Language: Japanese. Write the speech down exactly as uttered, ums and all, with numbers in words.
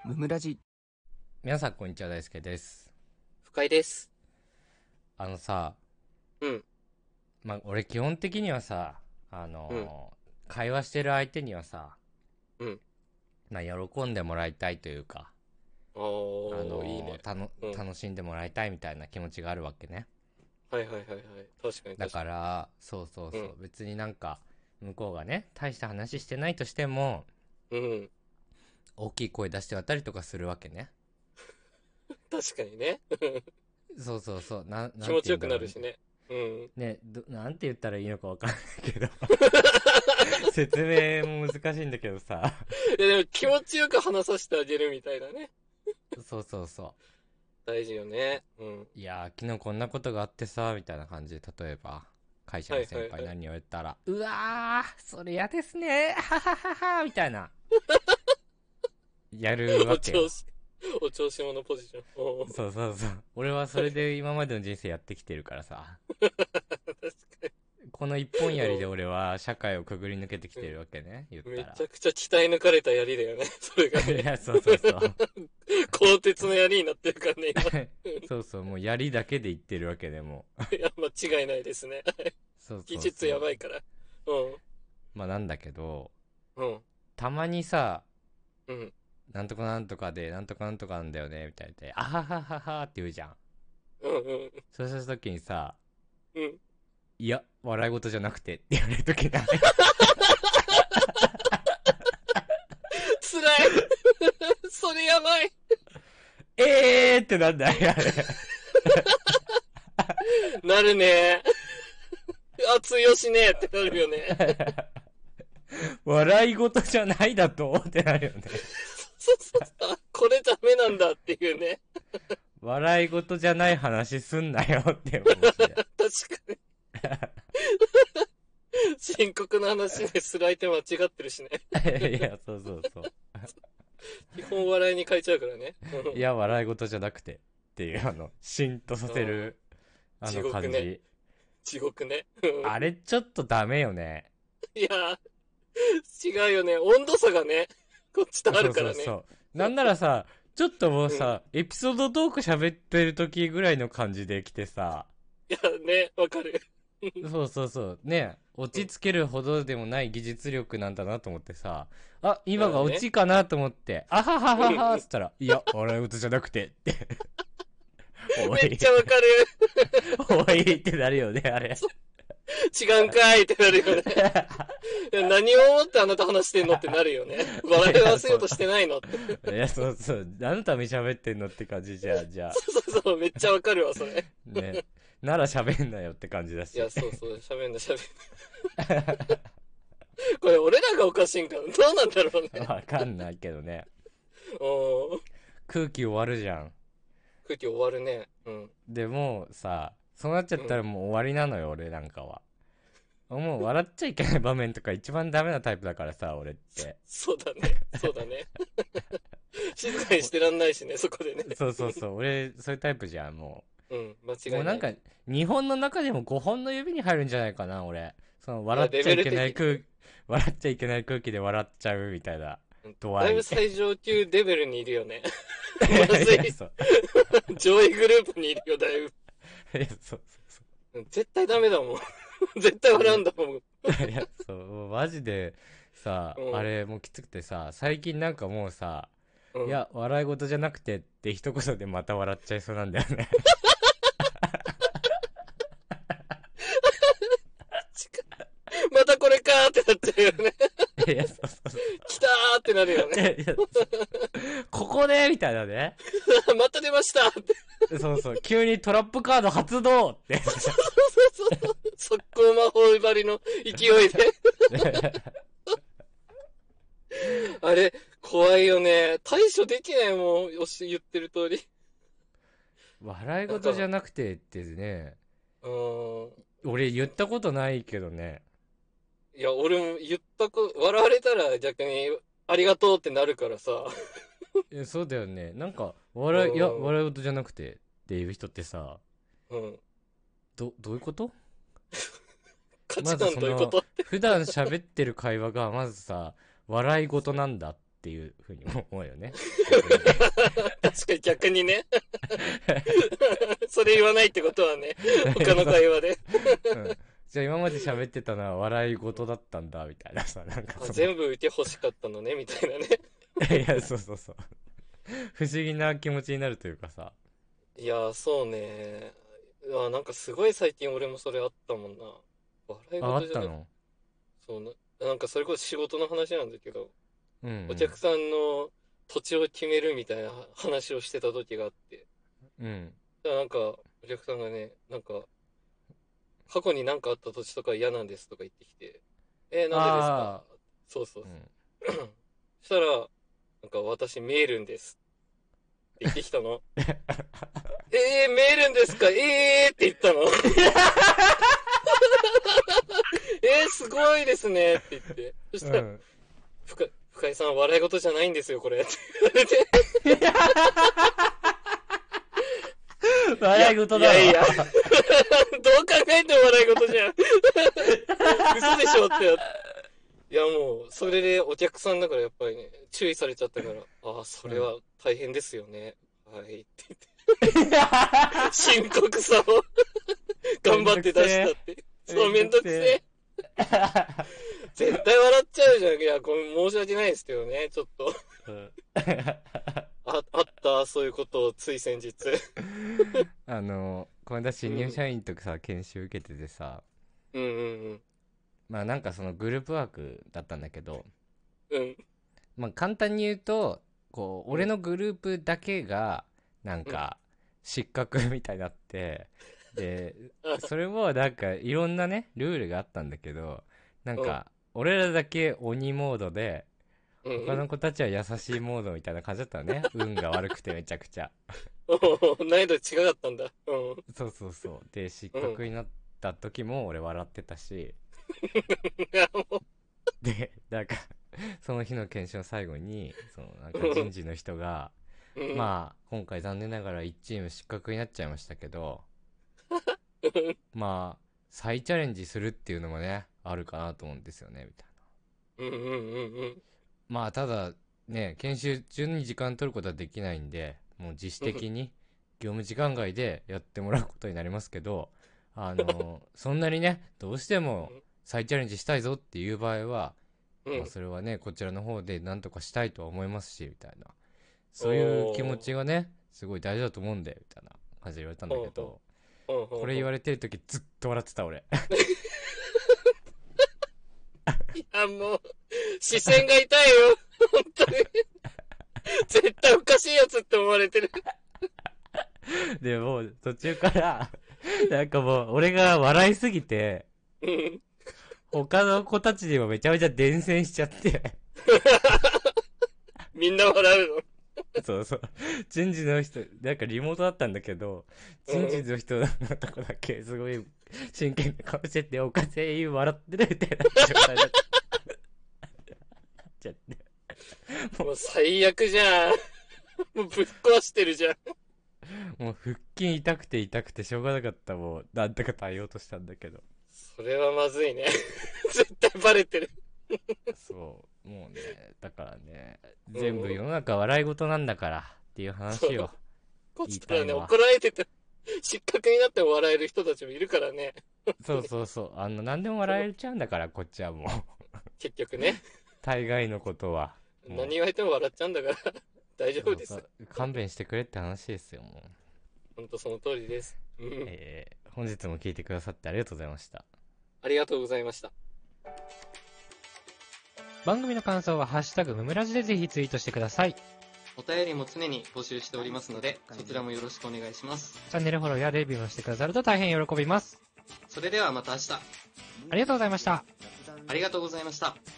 ムムラジ。 皆さんこんにちは、大輔です。 深井です。 あのさ、 うん、 まあ、俺基本的にはさ、あうん、 のー会話してる相手にはさ、 うん。 まあ、喜んでもらいたいというか、あおー、いいね。 のーたのうん。 楽しんでもらいたいみたいな気持ちがあるわけね。 はいはいはいはい。確かにだ確かから、そうそうに。うん、 そう、別になんか、向こうがね、大した話してないとしても、 うん。 大きい声出して渡りとかするわけね。 確かにね。 そうそうそう、な、なん気持ちよくて言うんだろうね。 なるしね。うん。 ね、どなんて言ったらいいのかわかんないけど説明も難しいんだけどさいやでも気持ちよく話させてあげるみたいなね。 そうそうそ大事よね。うん。 う。いやー、昨日こんなことがあってさ、みたいな感じで、例えば、会社はのいはいはい。 先輩何言われたら、うわー、それ嫌ですね、はははは、みたいな、やるわけよ。 お調子、お調子者ポジション。おー。 そうそうそう。俺はそれで今までの人生やってきてるからさ、 確かこの一本に。 槍で俺は社会をくぐり抜けてきうん。 てるわけね、言っうん。めたら。 ちゃくちゃ鍛え抜かれた槍だよね。それがいね。 や、そうそうそう。 鋼鉄の槍になってるからね、今。 そうそう、もう槍だけで言ってるわけでもう。 いや、間違いないですね。 そう技術そうそう。 やばいから。うん。 まあなんだけど、 うん。 たまにさ、 うん。 なんとかなんとかで、なんとかなんとかなんだよね、みたいで、あははははって言うじゃん。 うん。うん。 そうした時にさ、 うん。 いや、笑い事じゃなくてって言われる時ない？ 辛い。それやばい。 えーってなんだよ、あれ。 なるね。あ、通用しねえってなるよね。 笑い事じゃないだとってなるよね。 そうそうそう。あ、これダメなんだっていうね。 笑い事じゃない話すんなよって思うし。 確かに。深刻な話でする相手間違ってるしね。 いや、そうそうそう。 基本笑いに変えちゃうからね。 いや、笑い事じゃなくてっていう、あの、シンとさせうん。 る、あ地の獄ね。 感じ。 地獄ね。うん。 あれちょっとダメよね。 いや、違うよね。温度差がね、こっちとあそうるからね。 そうそう。なんならさ、ちょっともううん。 さ、エピソードトーク喋ってる時ぐらいの感じで来てさ、 いや、ね、わかる。 そうそうそう。ね、 うん。 落ち着けるほどでもない技術力なんだなと思ってさ、あ、今がオまあね。 チかなと思って、あははははっうん。 つったら、いや、笑い事じゃなくてって。おめっい、 ちゃわかる。 おいってなるよね、あれ。 違うんかいってなるよね。いや何を思ってあなた話してんのってなるよね。笑い合わせようとしてないのって。 いや、そうそう。何のために喋ってんのって感じじゃあ、じゃあ。 そうそうそう、めっちゃわかるわ、それ。 ね。なら喋んなよって感じだし。 いや、そうそう、喋んな、喋んな。これ、俺らがおかしいんかな。どうなんだろうね。 わかんないけどね。 うん。 空気終わるじゃん。 空気終わるね。うん。 でもさ、そうなっちゃうん。 ったらもう終わりなのよ、俺なんかは。もう笑っちゃいけない場面とか一番ダメなタイプだからさ、俺って。 そうだね。そうだね。静かにしてらんないしね、そこでね。 そうそうそう、俺、そういうタイプじゃん、もうん、間う。もうなんか、 違いないね。 日本の中でもごほんの指に入るんじゃないかな、俺。その、 いや、 笑っレベちゃいけないル的にね。 空、笑っちゃいけない空気で笑っちゃうみたいな、 うん。 度合い。 だいぶ最上級レベルにいるよね。 いまずやいや、 い。 そう。 上位グループにいるよ、だいぶ。 いや、そうそうそうん。絶対ダメだもん。絶対う。いや、 笑うんだもん。 いや、そう、もうマジで、さ、 うん。 あれ、もうきつくてさ、最近なんかもうさ、 うん。 いや、笑い事じゃなくてって一言でまた笑っちゃいそうなんだよね。 またこれかーってなっちゃうよね。 いや、そうそうそう。 来たーってなるよね。 いやいや、ここでみたいなね。 また出ましたって。 そうそう、急にトラップカード発動って。 そうそうそう。速攻魔法張りの勢いで。あれ、怖いよね。対処できないもん。よし、言ってる通り。 笑いなんか、 事じゃなくてってね、 うーん。 俺言ったことないけどね。 いや、俺も言ったこ、笑われたら逆にありがとうってなるからさ。 え、そうだよね。なんか、 う笑い、いや、 ーん。 笑い事じゃなくてっていう人ってさ、 うん。 ど、どういうこと？ 価値まず観その、 どういうこと？ 普段喋ってる会話が、まずさ、笑い事なんだっっていうふうに思うよね。 確かに逆にね。それ言わないってことはね、他の会話で。 うん、じゃあ今まで喋ってたのは笑い事だったんだ、みたいなさ、なんかその全部いて欲しかったのね、みたいなね。 いや、そうそうそう。不思議な気持ちになるというかさ。 いや、そうね。あ、なんかすごい最近俺もそれあったもんな。笑いあ、あ事じゃなくて、 ったの？ そうな、なんかそれこそ仕事の話なんだけど、 うん、うん。 お客さんの土地を決めるみたいな話をしてた時があって、 うん。 だからなんかお客さんがね、なんか、過去に何かあった土地とか嫌なんですとか言ってきて、えー、なんでですか？そうそううそう。 ん。 そしたら、なんか私メールんですって言ってきたの。えー、メールんですか？えーって言ったの。えー、すごいですねって言って。そしたら、うん、深深井さん、笑い事じゃないんですよ、これ。って言われて。 笑い事だろ。 いやいや、どう考えても笑い事じゃん。嘘でしょって。いや、もう、それでお客さんだからやっぱりね、注意されちゃったから、ああ、それは大変ですよね。うん、はい、って言って。深刻さを頑張って出したって。そう、めんどくせえ。絶対笑っちゃうじゃん。いや、これ申し訳ないですけどね、ちょっと。うん、あ, あったそういうことをつい先日。 あの、この間新入社員とかさ、うん、研修受けててさ、 うんうんうん。 まあなんかそのグループワークだったんだけど、 うん。 まあ簡単に言うと、こう、俺のグループだけが、なんか、失格みたいになって、で、それもなんかいろんなね、ルールがあったんだけど、なんか、俺らだけ鬼モードで、他の子たちは優しいモードみたいな感じだったのね。運が悪くてめちゃくちゃ。 難易度違かったんだ。うん。 そうそうそう。で、失格になった時も俺笑ってたし、で、なんか、その日の研修の最後に、そのなんか人事の人が、まあ、今回残念ながらいちチーム失格になっちゃいましたけど、まあ、再チャレンジするっていうのもね、あるかなと思うんですよね、みたいな。 うんうんうんうん。 まあ、ただ、ね、研修中に時間取ることはできないんで、もう自主的に業務時間外でやってもらうことになりますけど、あの、そんなにね、どうしても再チャレンジしたいぞっていう場合は、まあ、それはね、こちらの方で何とかしたいとは思いますし、みたいな。そういう気持ちがね、すごい大事だと思うんで、みたいな感じで言われたんだけど、これ言われてるときずっと笑ってた、俺。 いや、もう、視線が痛いよ。本当に。絶対おかしいやつって思われてる。 でも、途中から、なんかもう、俺が笑いすぎて、 うん、 他の子たちにもめちゃめちゃ伝染しちゃって。 みんな笑うの。 そうそう。人事の人、なんかリモートだったんだけど、人事の人のとこだけすごい真剣な顔してて、おかしい笑ってるみたいな状態だった。ちゃって。 もう最悪じゃん。もうぶっ壊してるじゃん。 もう腹筋痛くて痛くてしょうがなかった。もうなんとか耐えようとしたんだけど。 それはまずいね。絶対バレてる。 そう。もうね、だからね、全部世の中笑い事なんだからっていう話を。 こっちからね、怒られてて、失格になっても笑える人たちもいるからね。 そうそうそう。あの、何でも笑えちゃうんだから、こっちはもう。 結局ね。 大概のことは。 何言われても笑っちゃうんだから、大丈夫です。 そうそう勘弁してくれって話ですよ、もう。 ほんとその通りです。 うん、えー、本日も聞いてくださってありがとうございました。 ありがとうございました。 番組の感想はハッシュタグムムラジでぜひツイートしてください。 お便りも常に募集しておりますので、そちらもよろしくお願いします。 チャンネルフォローやレビューもしてくださると大変喜びます。 それではまた明日。 ありがとうございました。 ありがとうございました。